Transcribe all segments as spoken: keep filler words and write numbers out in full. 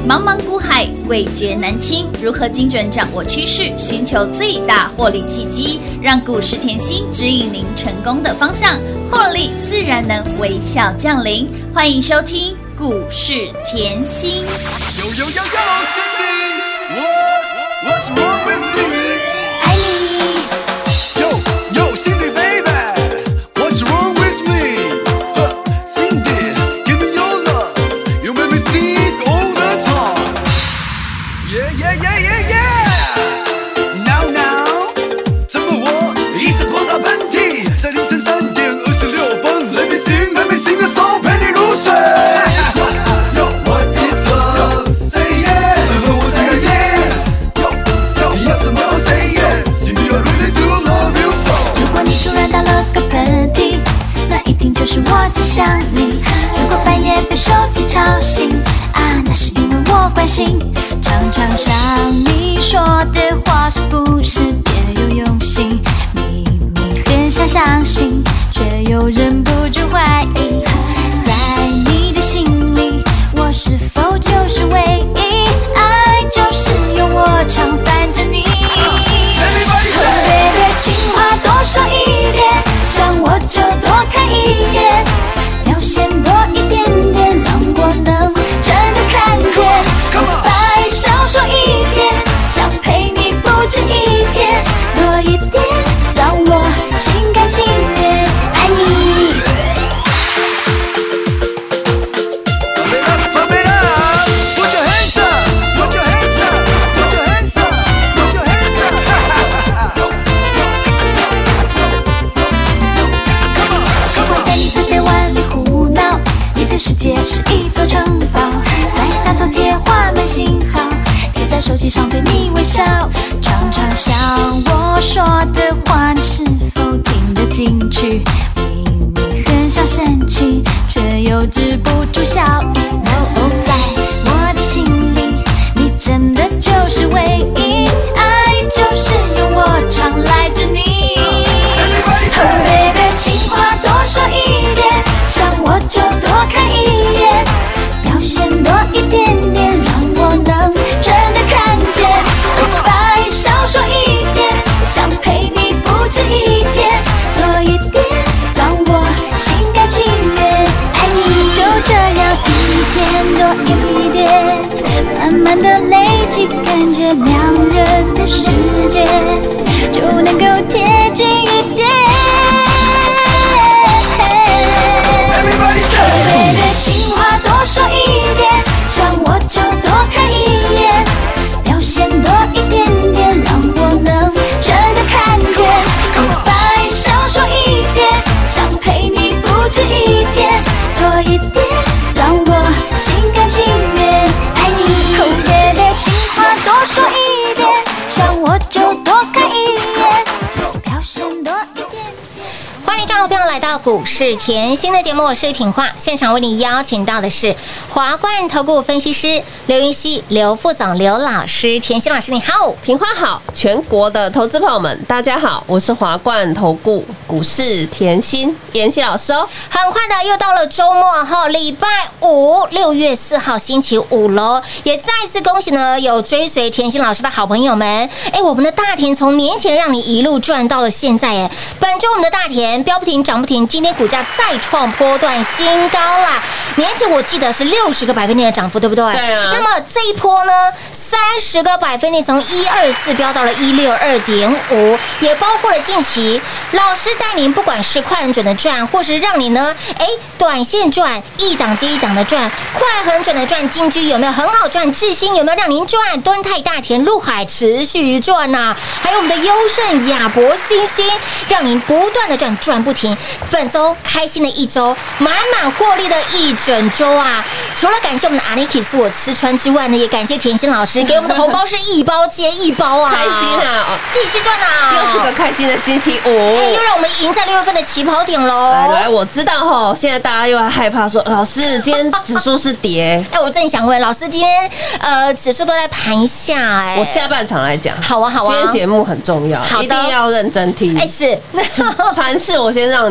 茫茫股海，味觉难清。如何精准掌握趋势，寻求最大获利契机，让股市甜心指引您成功的方向，获利自然能微笑降临。欢迎收听股市甜心。 Yo yo yo yo, Cindy, what what's wrong with me? 爱你。 Yo yo, Cindy baby, what's wrong with me? Huh, Cindy, give me your love, you make me sneeze all the time. Yeah yeah yeah yeah yeah. Now now, 怎么我一直狂打喷嚏，在凌晨三点二十六分 ，Let me sing, let me sing 的时候陪你入睡。 就是我在想你，如果半夜被手机吵醒啊，那是因为我关心。常常想你说的话是不是别有用心？明明很想相信，却又忍不住怀疑。在你的心里，我是否就是唯一？爱就是有我常烦着你。Baby， 情话多说一点，想我就多看一眼，表现多一点点，让我能真的看见。白少说一点，想陪你不止一天，多一点，让我心甘情愿爱你。世界是一座城堡，在大头贴画满信号，贴在手机上对你微笑。常常想我说的话，你是否听得进去？明明很想生气，却又止不住笑意。No， 在我的心里，你真的就是唯一，爱就是有我常赖着你。Oh baby， 情话多说一点，想我就多看一眼，表现多一点点，让我能真的看见。白少说一点，想陪你不止一天，多一点，让我心甘情愿爱你。就这样一天多一点，慢慢的累积，感觉两人的世界就能够贴近一点。Baby， 情话多说一点，想我就多看一眼，表现多一点点，让我能真的看见。白少说一点，想陪你不止一天，多一点，让我心甘情愿爱你。Oh baby， 情话多说一点，想我就多看一眼，表现多一点。 欢迎各位朋友来到股市甜心的节目，我是品化，现场为你邀请到的是华冠投顾分析师刘云熙、刘副总、刘老师。甜心老师你好。 品化好，全国的投资朋友们大家好，我是华冠投顾股市甜心妍希老师哦。 很快的又到了周末后，礼拜五六月四号星期五喽，也再次恭喜呢有追随甜心老师的好朋友们。哎，我们的大田从年前让你一路赚到了现在，哎，本周我们的大田标不停涨不停，今天股价再创波段新高啦！年前我记得是六十个百分点的涨幅，对不对？ 对啊。 那么这一波呢，三十个百分点从一二四飙到了一六二点五，也包括了近期老师带您不管是快很准的赚，或是让你呢，哎，短线赚，一档接一档的赚，快很准的赚，金居有没有很好赚？智新有没有让您赚？敦泰、大田、陆海持续赚呐、啊，还有我们的优胜、亚博、新兴，让您不断的赚，赚不停。本周开心的一周，满满获利的一整周啊！除了感谢我们的阿尼基斯我吃穿之外呢，也感谢甜心老师给我们的红包是一包接一包啊， 开心啊！ 继续赚啊！ 又是个开心的星期五， 哎，又让我们赢在六月份的起跑点喽！ 来来，我知道吼，现在大家又要害怕说，老师今天指数是跌。 哎，我正想问老师，今天呃指数都在盘下哎， 我下半场来讲， 好啊好啊， 今天节目很重要，一定要认真听。 哎是， 盘势我先让你摆在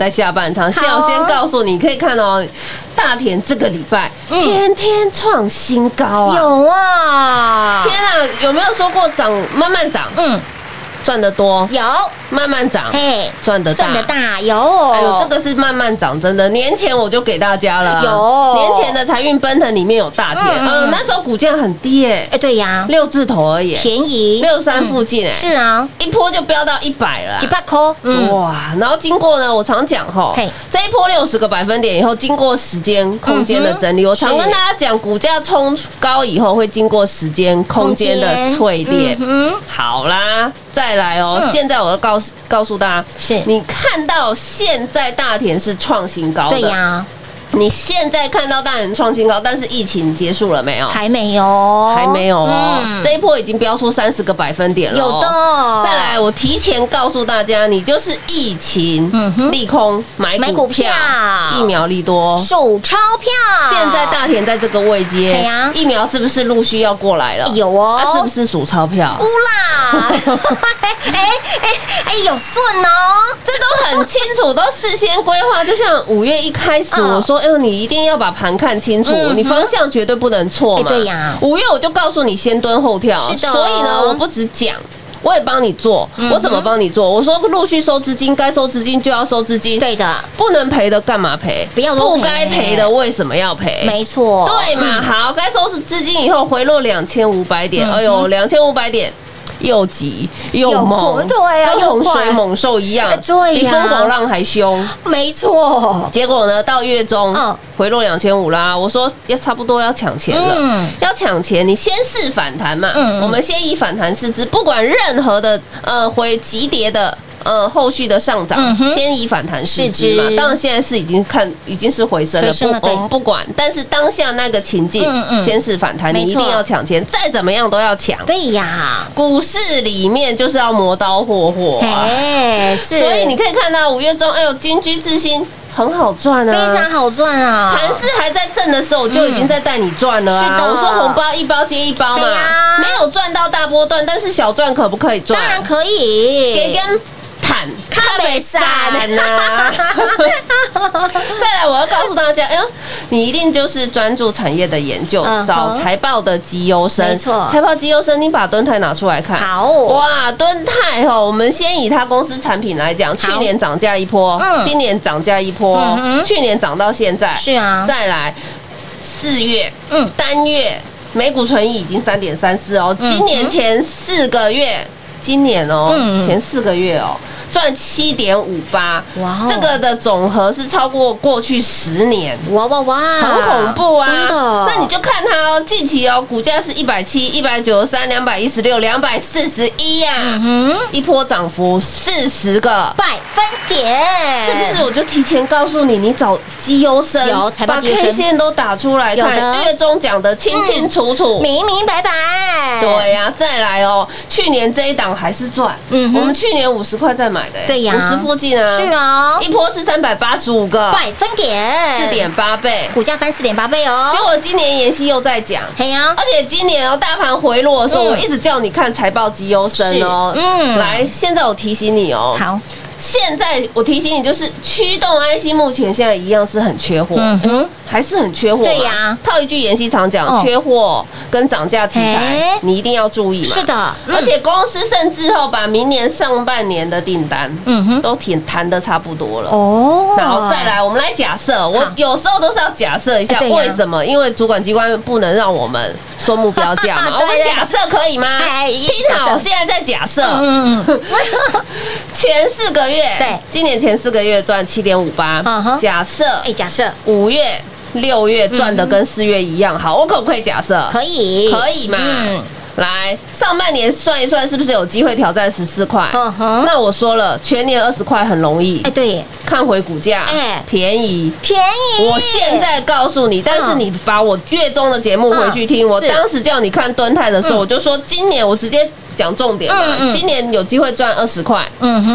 在下半场。先我先告诉你，可以看哦，大田这个礼拜天天创新高啊！ 有啊， 天啊，有没有说过涨慢慢涨？ 嗯， 赚得多， 有慢慢涨， 嘿， 赚得大， 赚得大，有， 哎呦，这个是慢慢涨，真的。年前我就给大家了啊， 有年前的财运奔腾里面有大田， 嗯嗯嗯，那时候股价很低哎， 哎，对呀， 六字头而已， 便宜， 六三附近哎， 是啊， 一波就飙到一百了啊， 几百块，嗯， 哇！然后经过呢，我常讲哈嘿， 这一波六十个百分点以后，经过时间、空间的整理，我常是跟大家讲，股价冲高以后会经过时间、空间的淬炼。 嗯哼， 好啦，再来哦， 嗯现在我要告诉告诉大家， 是你看到现在大田是创新高的， 对呀， 你现在看到大田创新高，但是疫情结束了没有？ 还没有， 还没有哦， 嗯这一波已经飙出三十个百分点了哦， 有的， 再来，我提前告诉大家，你就是疫情嗯哼利空买买股票疫苗利多。 数钞票， 现在大田在这个位阶对呀， 疫苗是不是陆续要过来了？ 有哦啊是不是数钞票乌？啦，哎哎哎，有顺哦， 这都很清楚，都事先规划。就像五月一开始嗯我说，哎呦，你一定要把盘看清楚， 嗯哼你方向绝对不能错嘛。 哎对呀五月我就告诉你先蹲后跳， 是的所以呢，我不只讲。我也帮你做， 嗯我怎么帮你做？我说陆续收资金，该收资金就要收资金， 对的， 不能赔的干嘛赔？ 不要多赔不该赔的为什么要赔？ 没错， 对嘛？好，该收资金以后回落两千五百点， 嗯哎呦，两千五百点。又急又又猛， 快对啊跟洪又快水猛兽一样哎，对呀比疯狗浪还凶。 没错， 结果呢，到月中嗯回落两千五啦。我说要差不多要抢钱了， 嗯要抢钱，你先试反弹嘛。 嗯嗯我们先以反弹试之，不管任何的呃回急跌的。呃，后续的上涨， 嗯哼先以反弹试之嘛试。之当然，现在是已经看已经是回升了，不， 回升了对我们不管。但是当下那个情境， 嗯嗯先是反弹，你没错一定要抢钱，再怎么样都要抢。 对呀， 股市里面就是要磨刀霍霍啊。 哎，是， 所以你可以看到五月中，哎呦，金居智新很好赚啊， 非常好赚啊， 盘势还在正的时候，我就已经在带你赚了啊！ 是的我说红包一包接一包嘛， 对呀没有赚到大波段，但是小赚可不可以赚？ 当然可以， 给跟坦卡北散呐！再来，我要告诉大家，哎呦，你一定就是专注产业的研究， 嗯哼找财报的绩优生。 没错财报绩优生，你把敦泰拿出来看。 好哇，敦泰哈，我们先以它公司产品来讲，去年涨价一波， 嗯今年涨价一波嗯，哼去年涨到现在， 是啊再来四月， 嗯单月每股存益已经三点三四哦， 嗯今年前四个月，今年哦嗯前四个月哦。赚七点五八， 哇哦这个的总和是超过过去十年， 哇哇哇， 很恐怖啊！ 真的， 那你就看它哦，近期哦，股价是一百七、一百九十三、两百一十六、两百四十一呀， 嗯哼， 一波涨幅四十个。 百分点， 是不是？我就提前告诉你，你找绩优生， 有财报把绩优生 K 线都打出来有的看，月中讲的清清楚楚。 明明白白， 对呀、再来哦，去年这一档还是赚， 嗯哼我们去年五十块再买的， 对呀五十附近啊， 是啊一波是三百八十五个， 百分点， 四点八倍， 股价翻四点八倍哦结，果今年妍希又在讲。 嘿呀， 而且今年哦，大盘回落的时候， 嗯我一直叫你看财报绩优生哦。 是嗯来，现在我提醒你哦。 好， 现在我提醒你，就是驱动 I C 目前现在一样是很缺货， 嗯哼， 还是很缺货嘛。 对呀套一句妍希常哦讲，缺货跟涨价题材嘿， 你一定要注意嘛。 是的嗯而且公司甚至后把明年上半年的订单， 嗯哼都填谈的差不多了。 哦， 然后再来，我们来假设，我好有时候都是要假设一下， 哎对呀为什么？因为主管机关不能让我们说目标价嘛， 对我们假设可以吗？ 哎听好， 假设现在在假设， 嗯嗯前四个月， 对今年前四个月赚七点五八嗯哼， 假设哎，假设五月、六月赚的跟四月一样好，我可不可以假设？ 可以， 可以嘛？ 嗯来，上半年算一算，是不是有机会挑战十四块？ 嗯哼那我说了，全年二十块很容易哎，。对， 看回股价， 哎便宜。 便宜， 我现在告诉你，但是你把我月中的节目回去听，我嗯是当时叫你看敦泰的时候， 嗯我就说今年我直接讲重点嘛嗯，嗯今年有机会赚二十块， 嗯哼，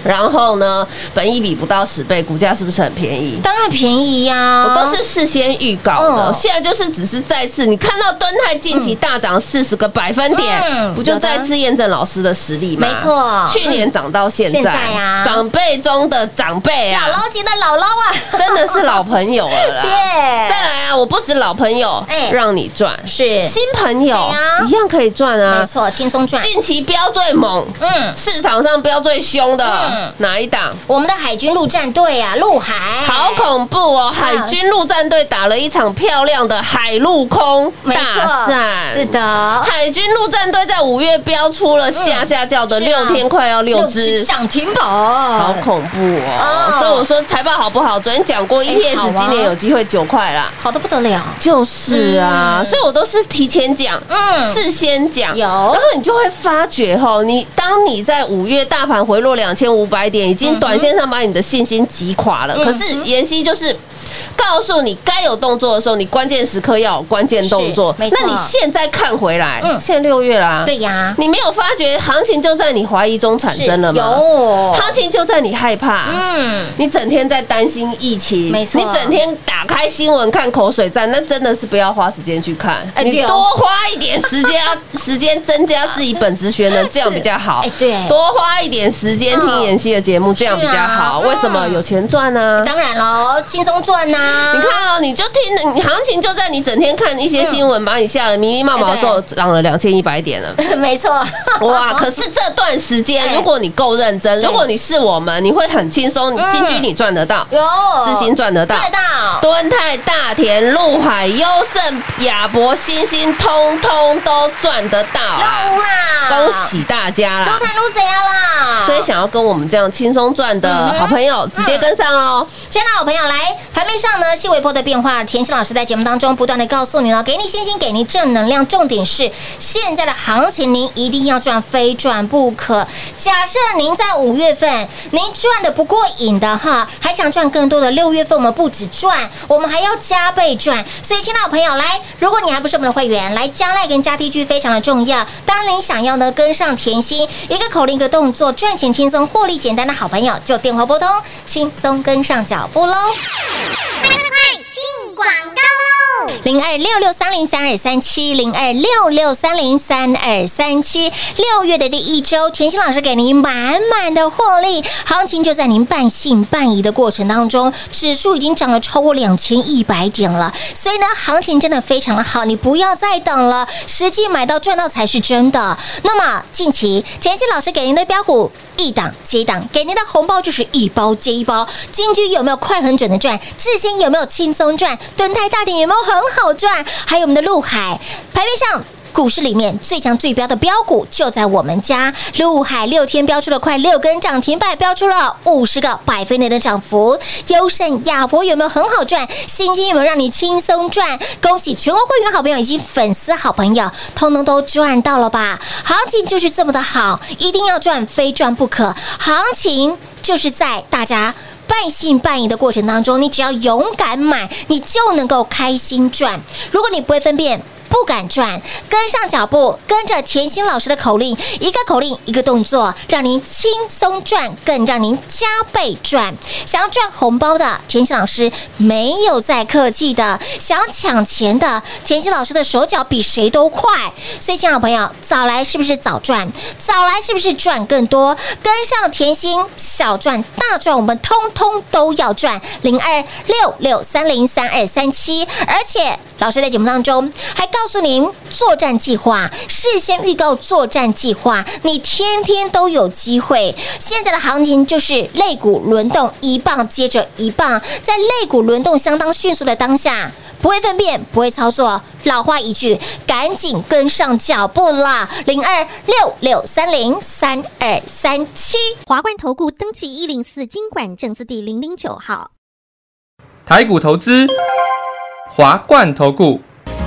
然后呢，本益比不到十倍，股价是不是很便宜？ 当然便宜呀、 我都是事先预告的， 嗯现在就是只是再次，你看到敦泰近期大涨四十个百分点， 嗯不就再次验证老师的实力吗？ 没错去年涨到现在， 现在啊长辈中的长辈啊， 姥姥级的姥姥啊， 真的是老朋友了啦。 对再来啊，我不止老朋友， 哎让你赚， 是新朋友对啊一样可以赚啊没。错，轻松赚。 近期飙最猛， 嗯， 市场上飙最凶的嗯哪一档？ 我们的海军陆战队啊，陆海好恐怖哦！海军陆战队打了一场漂亮的海陆空没错大战， 是的， 海军陆战队在五月标出了下下叫的是啊六天快要六只， 涨停板， 好好恐怖哦！ 哦所以我说财报好不好？昨天讲过 E P 哎好 S 啊今年有机会九块啦。 好的不得了。 就是啊， 嗯所以我都是提前讲， 嗯事先讲， 有然后你就会发觉吼，你当你在五月大盘回落两千五百点，已经短线上把你的信心击垮了， 嗯可是妍希就是。告诉你该有动作的时候，你关键时刻要有关键动作。 是没错那你现在看回来， 嗯现在六月啦， 对呀， 你没有发觉行情就在你怀疑中产生了吗？ 有行情就在你害怕， 嗯， 你整天在担心疫情， 没错你整天打开新闻看口水战，那真的是不要花时间去看，你哎对哦多花一点时间，时间增加自己本职学能，这样比较好。 哎对多花一点时间听妍希的节目，这样比较好。 是啊为什么有钱赚呢？ 当然喽，轻松赚呐。 你看哦，你就听，你行情就在你整天看一些新闻，把你吓得迷迷茫茫的时候，涨了两千一百点了。 没错， 哇！可是这段时间， 哎如果你够认真，如果你是我们，你会很轻松。你金居你赚得到， 有智新赚得到， 赚得到， 敦泰、大田、陆海、优盛、亚博、新兴，通通都赚得到啦！ 撸啦， 恭喜大家啦！ 撸谈撸谁啊啦？ 所以想要跟我们这样轻松赚的好朋友，直接跟上喽！ 亲爱的好朋友，来盘面上呢，细微波的变化，甜心老师在节目当中不断的告诉你了，给你信心，给你正能量。重点是现在的行情，您一定要赚，非赚不可。假设您在五月份您赚的不过瘾的哈，还想赚更多的，六月份我们不止赚，我们还要加倍赚。所以，亲爱的好朋友，来，如果你还不是我们的会员，来加赖跟加 T G 非常的重要。当然，你想要呢跟上甜心，一个口令一个动作，赚钱轻松，获利简单的好朋友，就电话拨通，轻松跟上脚步喽。零二六六三零三二三七，零二六六三零三二三七。六月的第一周，甜心老师给您满满的获利，行情就在您半信半疑的过程当中，指数已经涨了超过两千一百点了，所以呢，行情真的非常的好，你不要再等了，实际买到赚到才是真的。那么近期甜心老师给您的标股，一档接一档，给您的红包就是一包接一包。金居有没有快很准的赚？智新有没有轻松赚？敦泰大典有没有很好赚？还有我们的陆海，盘面上股市里面最强最标的标股就在我们家。陆海六天标出了快六根涨停板，标出了五十个百分点的涨幅。优胜亚博有没有很好赚？星星有没有让你轻松赚？恭喜全国会员好朋友以及粉丝好朋友，通通都赚到了吧？行情就是这么的好，一定要赚，非赚不可。行情就是在大家半信半疑的过程当中，你只要勇敢买，你就能够开心赚。如果你不会分辨，不敢赚，跟上脚步，跟着甜心老师的口令，一个口令一个动作，让您轻松赚，更让您加倍赚。想要赚红包的，甜心老师没有再客气的；想要抢钱的，甜心老师的手脚比谁都快。所以，亲爱的朋友，早来是不是早赚？早来是不是赚更多？跟上甜心，小赚大赚，我们通通都要赚。零二六六三零三二三七，而且老师在节目当中还告诉您作战计划，事先预告作战计划，你天天都有机会。现在的行情就是类股轮动，一棒接着一棒，在类股轮动相当迅速的当下，不会分辨，不会操作，老话一句，赶紧跟上脚步啦！零二六六三零三二三七， 华冠投顾登记一零四金管证字第零零九号。 台股投资，华冠投顾。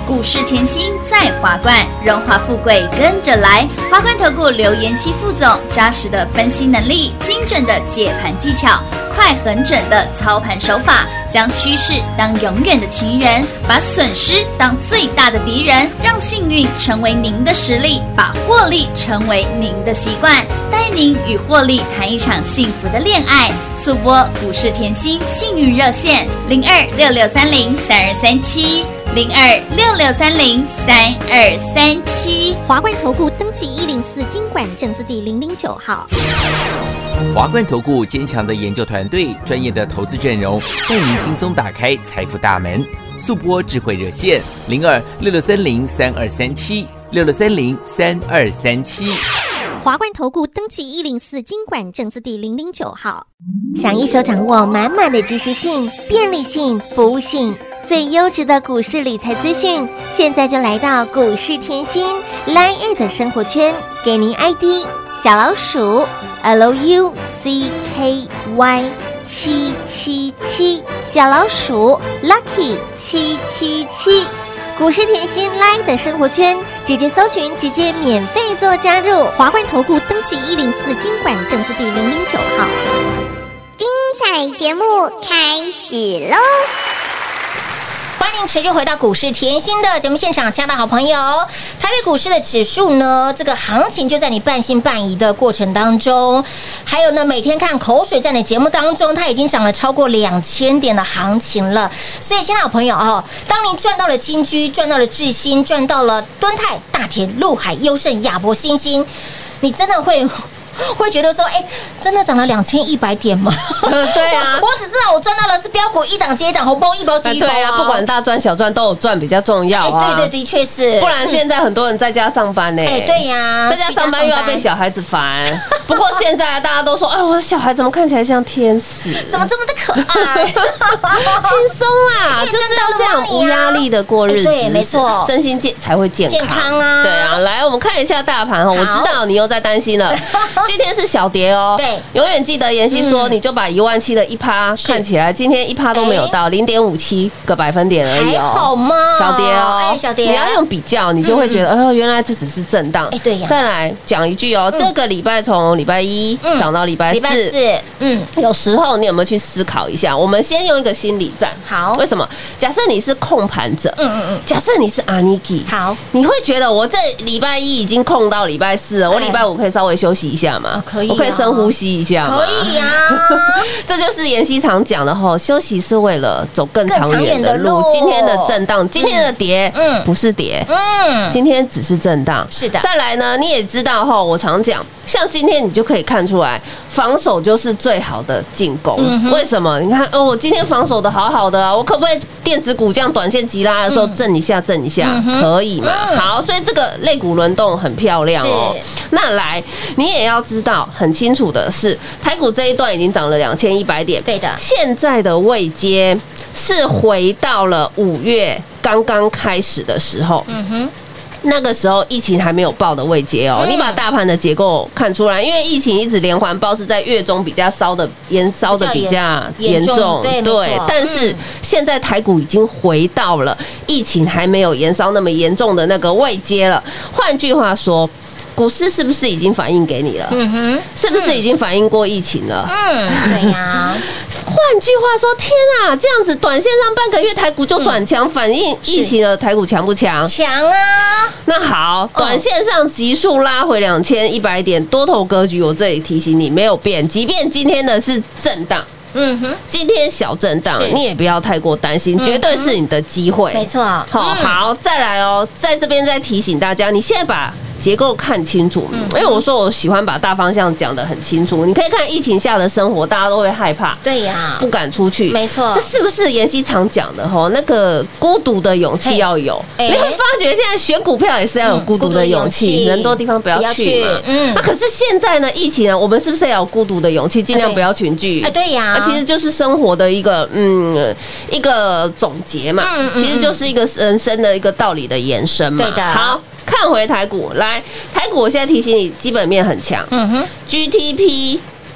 股市甜心在华冠，荣华富贵跟着来。华冠投顾刘妍希副总，扎实的分析能力，精准的解盘技巧，快很准的操盘手法，将趋势当永远的情人，把损失当最大的敌人，让幸运成为您的实力，把获利成为您的习惯，带您与获利谈一场幸福的恋爱。速播股市甜心幸运热线零二六六三零三二三七。零二六六三零三二三七， 华冠投顾登记一零四金管证字第零零九号。 华冠投顾坚强的研究团队，专业的投资阵容，带您轻松打开财富大门。速播智慧热线零二六六三零三二三七六六三零三二三七。 华冠投顾登记一零四金管证字第零零九号。 想一手掌握满满的及时性、便利性、服务性。最优质的股市理财资讯，现在就来到股市甜心 Line 的生活圈，给您 I D 小老鼠 L U C K Y 七七七，小老鼠 Lucky 七七七，股市甜心 Line 的生活圈，直接搜寻，直接免费做加入。 华冠投顾登记一零四金管证字第零零九号。 精彩节目开始喽！ 欢迎持续回到股市甜心的节目现场，亲爱的好朋友，台北股市的指数呢，这个行情就在你半信半疑的过程当中，还有呢，每天看口水战的节目当中，它已经涨了超过两千点的行情了。所以，亲爱的好朋友哦，当你赚到了金居，赚到了智新，赚到了敦泰、大田、陆海、优胜、亚博、新兴，你真的会。会觉得说，哎、欸，真的涨了两千一百点吗？ 对啊， 我只知道我赚到的是标股一档接一档，红包一包接一包、啊。 对啊，不管大赚小赚都有赚比较重要啊。 欸、对对，的确是。 不然现在很多人在家上班呢、欸。 哎、欸，对呀、啊， 在家上班又要被小孩子烦。不过现在大家都说，哎，我的小孩怎么看起来像天使？ 怎么这么的可爱？轻松啦，就是要这样无压力的过日子。 欸、对，没错， 身心健才会健康。 健康啊， 对啊。来，我们看一下大盘哈，我知道你又在担心了。今天是小跌哦， 对， 永远记得妍希说，你就把一万七的一趴看起来，今天一趴都没有到，零点五七个百分点而已哦， 还好吗？ 小跌哦， 哎，小跌， 你要用比较，你就会觉得，哦，原来这只是震荡。 哎，对呀。 再来讲一句哦，这个礼拜从礼拜一涨到礼拜四， 礼拜四，嗯， 有时候你有没有去思考一下？我们先用一个心理战， 好， 为什么？假设你是控盘者， 嗯嗯嗯， 假设你是阿尼基， 好， 你会觉得我这礼拜一已经控到礼拜四了，我礼拜五可以稍微休息一下吗？ 可以， 我可以深呼吸一下吗？ 可以呀， 这就是妍希常讲的吼，休息是为了走更长远的路。今天的震荡，今天的跌，嗯，不是跌，嗯，今天只是震荡。 是的。 再来呢，你也知道吼，我常讲，像今天你就可以看出来，防守就是最好的进攻。为什么？你看哦，我今天防守的好好的啊，我可不可以电子股这样短线急拉的时候震一下震一下？可以嘛？好，所以这个类股轮动很漂亮哦。那来，你也要知道很清楚的是，台股这一段已经涨了两千一百点， 对的。 现在的位阶是回到了五月刚刚开始的时候，嗯哼。那个时候疫情还没有爆的位阶哦，你把大盘的结构看出来，因为疫情一直连环爆是在月中比较烧的延烧的比较严重，对。但是现在台股已经回到了疫情还没有延烧那么严重的那个位阶了。换句话说，股市是不是已经反映给你了？嗯哼，是不是已经反映过疫情了？ 嗯，对呀。 换句话说，天啊，这样子短线上半个月台股就转强，反映疫情的台股强不强？ 强啊！ 那好，短线上急速拉回两千一百点，多头格局我这里提醒你没有变，即便今天的是震荡。嗯哼，今天小震荡，你也不要太过担心，绝对是你的机会。 没错， 好，好，再来哦，在这边再提醒大家，你现在把结构看清楚，因为我说我喜欢把大方向讲得很清楚。你可以看疫情下的生活，大家都会害怕， 对呀， 不敢出去， 没错。 这是不是妍希常讲的吼？那个孤独的勇气要有，你会发觉现在选股票也是要有孤独的勇气，人多地方不要去嘛。嗯，那可是现在呢，疫情呢，我们是不是也要有孤独的勇气，尽量不要群聚？ 哎，对呀， 其实就是生活的一个嗯一个总结嘛，其实就是一个人生的一个道理的延伸嘛。 对的， 好。看回台股来，台股我现在提醒你，基本面很强，嗯哼 ，G D P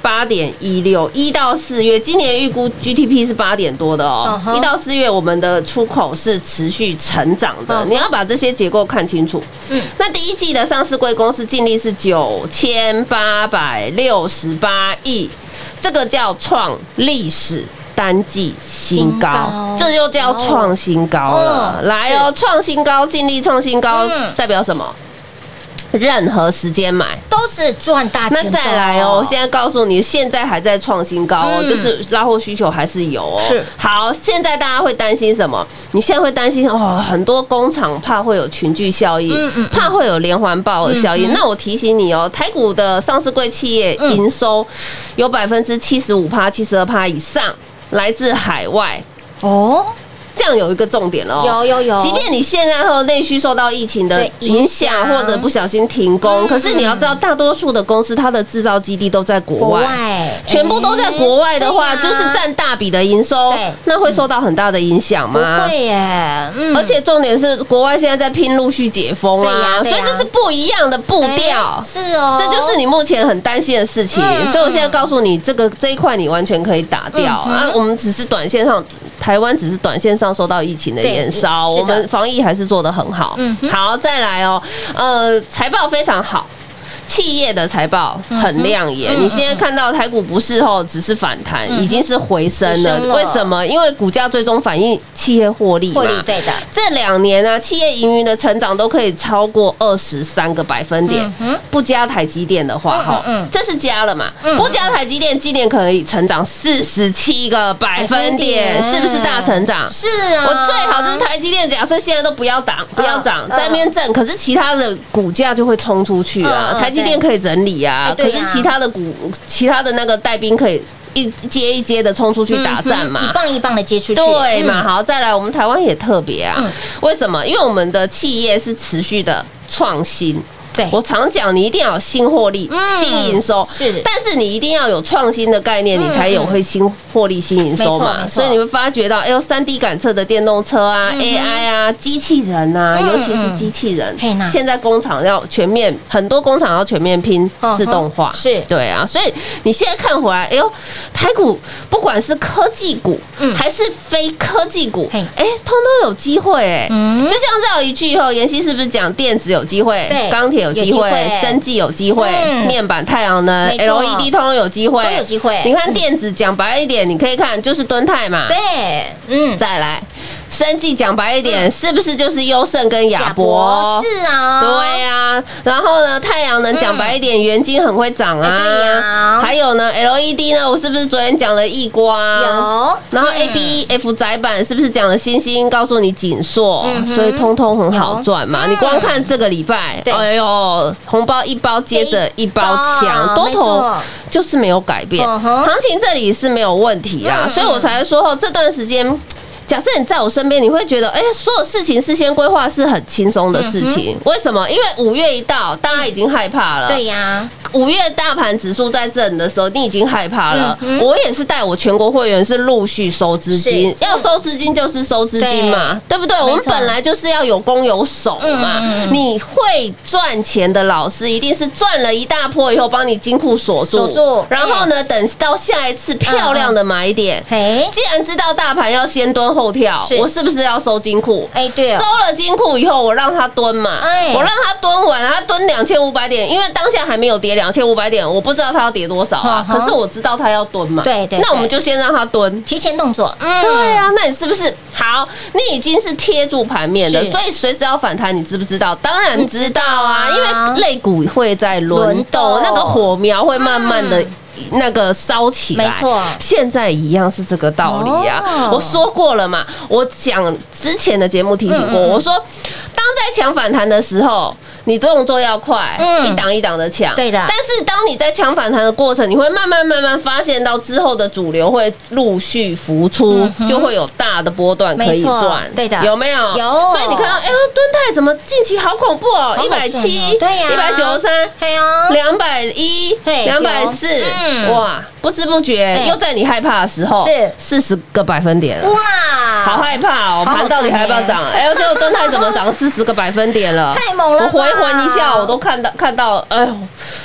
八点一六，一到四月，今年预估 G D P 是八点多的哦。一、uh huh. 到四月，我们的出口是持续成长的。Uh huh. 你要把这些结构看清楚。嗯，那第一季的上市柜公司净利是九千八百六十八亿，这个叫创历史单季新高，高这就叫创新高了。哦、来哦，创新高，净利创新高，嗯、代表什么？任何时间买都是赚大钱。 那再来哦，我现在告诉你，现在还在创新高哦，嗯、就是拉货需求还是有哦。是好，现在大家会担心什么？你现在会担心哦，很多工厂怕会有群聚效应，嗯嗯、怕会有连环爆的效应。嗯、那我提醒你哦，台股的上市柜企业营收有百分之七十五趴、七十二趴以上来自海外哦。这样有一个重点了哦， 有有有。 即便你现在后内需受到疫情的影响，或者不小心停工，嗯、可是你要知道，大多数的公司它的制造基地都在国外，国外全部都在国外的话，欸啊、就是占大笔的营收，那会受到很大的影响吗？ 不会耶。嗯、 而且重点是，国外现在在拼陆续解封啊，啊啊所以这是不一样的步调。 欸、是哦， 这就是你目前很担心的事情。嗯、所以我现在告诉你，这个这一块你完全可以打掉、嗯、啊。我们只是短线上，台湾只是短线上受到疫情的延烧，我们防疫还是做得很好。嗯，好，再来哦，呃，财报非常好。企业的财报很亮眼，嗯、你现在看到台股不是后只是反弹，嗯、已经是回升了。了为什么？因为股价最终反映企业获利嘛。获利对的。这两年啊，企业营运的成长都可以超过二十三个百分点。嗯、不加台积电的话，哈、嗯，嗯、这是加了嘛？嗯、不加台积电，今年可以成长四十七个百分点，是不是大成长？ 是啊。 我最好就是台积电，假设现在都不要涨，不要涨，在那边挣，可是其他的股价就会冲出去啊。台积电可以整理啊，可是其他的股、其他的那个带兵可以一阶一阶的冲出去打战嘛， 一棒一棒的接出去， 对嘛？好，再来，我们台湾也特别啊，为什么？因为我们的企业是持续的创新。对，我常讲，你一定要有新获利、嗯、新营收，是，但是你一定要有创新的概念，嗯、你才有会新获利、新营收嘛。所以你会发觉到，哎呦，三 D 感测的电动车啊、嗯、A I 啊、机器人啊，嗯、尤其是机器人，嗯、现在工厂要全面，很多工厂要全面拼自动化，嗯、是对啊。所以你现在看回来，哎呦，台股不管是科技股，嗯、还是非科技股，哎，通通有机会，哎，嗯、就像这有一句以后，妍希是不是讲电子有机会，对，钢铁有机会，生技有机会，嗯、面板、太阳能、L E D 通通有机会， 都有机会。 你看电子讲白一点，你可以看就是敦泰嘛， 对，嗯， 再来。生技讲白一点，嗯、是不是就是优胜跟亚博？ 是啊， 对啊。然后呢，太阳能讲白一点，元晶很会涨啊。对呀。还有呢 ，L E D 呢，我是不是昨天讲了易光？ 有。 然后 A B F 载板是不是讲了星星？告诉你景硕，嗯、所以通通很好赚嘛。你光看这个礼拜，哎呦，红包一包接着一包抢，多头就是没有改变，行情这里是没有问题啊，所以我才说哦，这段时间。假设你在我身边，你会觉得，哎、欸，所有事情事先规划是很轻松的事情。嗯、为什么？因为五月一到，大家已经害怕了。 对呀， 五月大盘指数在震的时候，你已经害怕了。嗯、我也是带我全国会员是陆续收资金，要收资金就是收资金嘛， 对, 对不对？我们本来就是要有攻有守嘛。嗯、你会赚钱的老师，一定是赚了一大波以后，帮你金库锁住，锁住，然后呢，等到下一次漂亮的买点。嗯、既然知道大盘要先蹲。后跳，我是不是要收金库？哎，对，收了金库以后，我让他蹲嘛，我让他蹲完，他蹲两千五百点，因为当下还没有跌两千五百点，我不知道他要跌多少啊，可是我知道他要蹲嘛，对对，那我们就先让他蹲， 提前动作， 对啊，那你是不是好？你已经是贴住盘面的，所以随时要反弹，你知不知道？当然知道啊，因为类股会在轮动，那个火苗会慢慢的。那个烧起来，没错，现在一样是这个道理啊。哦、我说过了嘛，我讲之前的节目提醒过，嗯嗯我说，当在抢反弹的时候，你动作要快，嗯、一档一档的抢，对的。但是当你在抢反弹的过程，你会慢慢慢慢发现到之后的主流会陆续浮出，嗯、就会有大的波段可以赚，对的，有没有？有。所以你看到，哎呦，敦泰怎么近期好恐怖哦，一百七，对呀，一百九十三，两百一，两百四。哇！不知不觉又在你害怕的时候，是四十个百分点了，哇，好害怕哦！盘到底还要不要涨？哎呦，结果敦泰怎么涨四十个百分点了？太猛了！我回魂一下，我都看到看到，哎呦，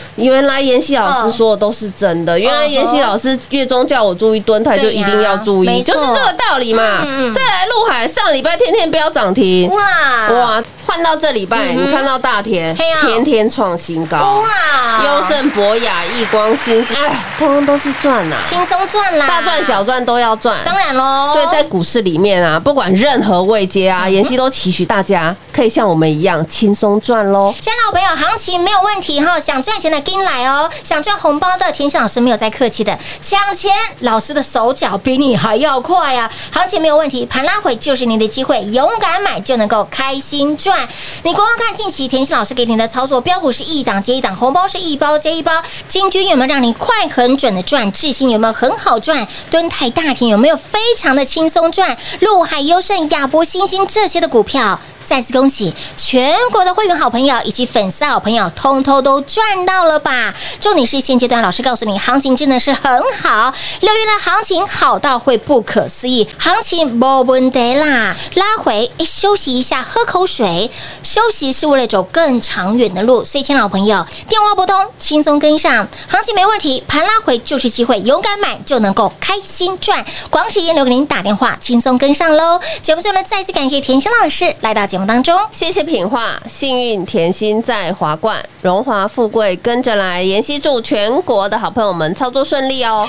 原来妍希老师说的都是真的。原来妍希老师月中叫我注意蹲台，就一定要注意，就是这个道理嘛。再来陆海上礼拜天天飙涨停， 哇哇！换到这礼拜，你看到大田天天创新高， 哇！ 优胜、博雅、亿光、新兴，哎，通通都是赚呐， 轻松赚啦， 大赚小赚都要赚， 当然喽。 所以在股市里面啊，不管任何位阶啊，妍希都期许大家可以像我们一样轻松赚喽。 亲爱的朋友，行情没有问题哈，想赚钱的跟来哦，想赚红包的，田心老师没有再客气的，抢钱老师的手脚比你还要快啊！行情没有问题，盘拉回就是你的机会，勇敢买就能够开心赚。你光看近期田心老师给你的操作，标股是一档接一档，红包是一包接一包，金军有没有让你快很准的赚？智新有没有很好赚？敦泰大田有没有非常的轻松赚？陆海优胜、亚博、新兴这些的股票。再次恭喜全国的会员好朋友以及粉丝好朋友，通通都赚到了吧？重点是现阶段老师告诉你，行情真的是很好，六月的行情好到会不可思议，行情没问题啦。拉回，哎，休息一下，喝口水，休息是为了走更长远的路。所以，亲老朋友，电话拨通，轻松跟上，行情没问题，盘拉回就是机会，勇敢买就能够开心赚。广时间留给您打电话，轻松跟上喽。节目最后呢，再次感谢田心老师来到节目当中， 谢谢品画，幸运甜心在华冠，荣华富贵跟着来。妍希祝全国的好朋友们操作顺利哦。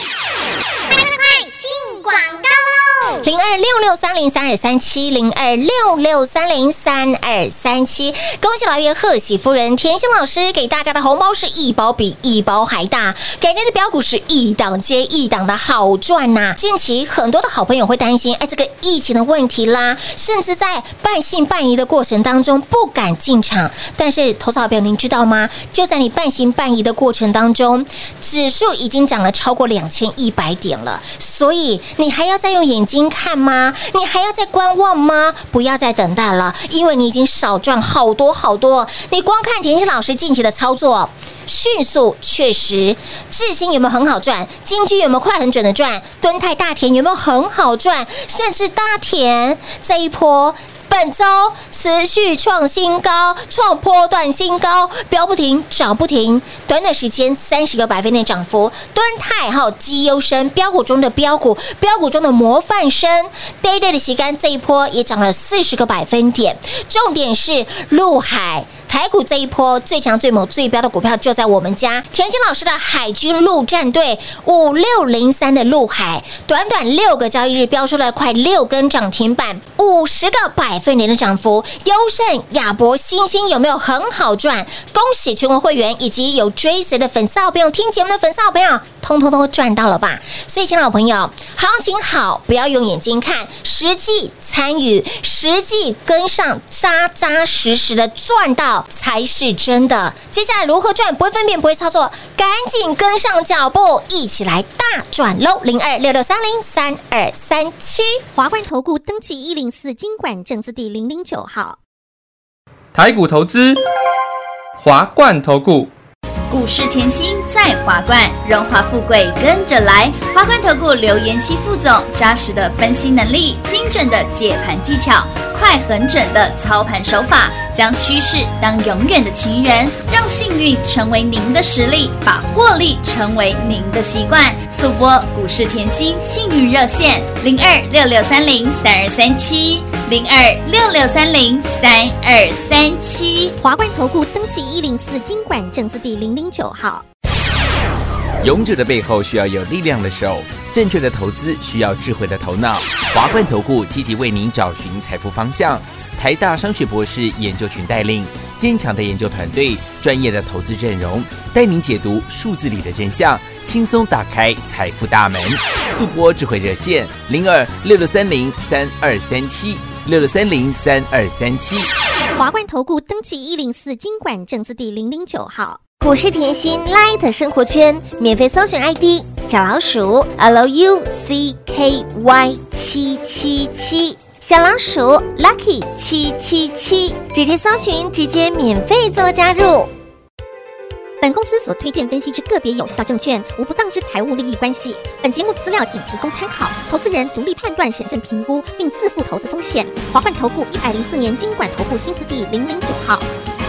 进广告喽！ 零二六六三零三二三七零二六六三零三二三七，恭喜老爷贺喜夫人，甜心老师给大家的红包是一包比一包还大，给您的标股是一档接一档的好赚呐、啊。近期很多的好朋友会担心，哎，这个疫情的问题啦，甚至在半信半疑的过程当中不敢进场。但是投资好朋友，您知道吗？就在你半信半疑的过程当中，指数已经涨了超过两千一百点了，所以你还要再用眼睛看吗？你还要再观望吗？不要再等待了，因为你已经少赚好多好多。你光看甜心老师近期的操作，迅速确实，智新有没有很好赚？金居有没有快很准的赚？敦泰大田有没有很好赚？甚至大田这一波。本周持续创新高，创波段新高，飙不停，涨不停，短短时间三十个百分点涨幅。敦泰还有绩优生，标股中的标股，标股中的模范生 ，day day 的旗杆这一波也涨了四十个百分点。重点是陆海。台股这一波最强最猛最标的股票就在我们家甜心老师的海军陆战队五六零三的陆海，短短六个交易日标出了快六根涨停板，五十个百分点的涨幅。优胜、亚博、新兴有没有很好赚？恭喜全国会员以及有追随的粉丝好朋友，听节目的粉丝好朋友，通通都赚到了吧？所以，亲爱的朋友，行情好，不要用眼睛看，实际参与，实际跟上，扎扎实实的赚到。才是真的。接下来如何赚？不会分辨，不会操作，赶紧跟上脚步，一起来大赚喽！零二六六三零三二三七， 华冠投顾登记一零四金管证字第零零九号。 台股投资，华冠投顾。 股市甜心在华冠，荣华富贵跟着来。华冠投顾刘妍希副总，扎实的分析能力，精准的解盘技巧，快很准的操盘手法，将趋势当永远的情人，让幸运成为您的实力，把获利成为您的习惯。速播股市甜心幸运热线零二六六三零三二三七零二六六三零三二三七。 华冠投顾登记一零四金管证字第零零九号。 勇者的背后需要有力量的手，正确的投资需要智慧的头脑。华冠投顾积极为您找寻财富方向，台大商学博士研究群带领，坚强的研究团队，专业的投资阵容，带您解读数字里的真相，轻松打开财富大门。速播智慧热线零二六六三零三二三七六六三零三二三七。 华冠投顾登记一零四金管证字第零零九号。 股市甜心 Light 生活圈免费搜寻 I D 小老鼠 L U C K Y 七七七，小老鼠 Lucky 七七七，直接搜寻，直接免费做加入。 本公司所推荐分析之个别有效证券，无不当之财务利益关系。本节目资料仅提供参考，投资人独立判断、审慎评估，并自负投资风险。华冠投顾一百零四年金管投顾新字第零零九号。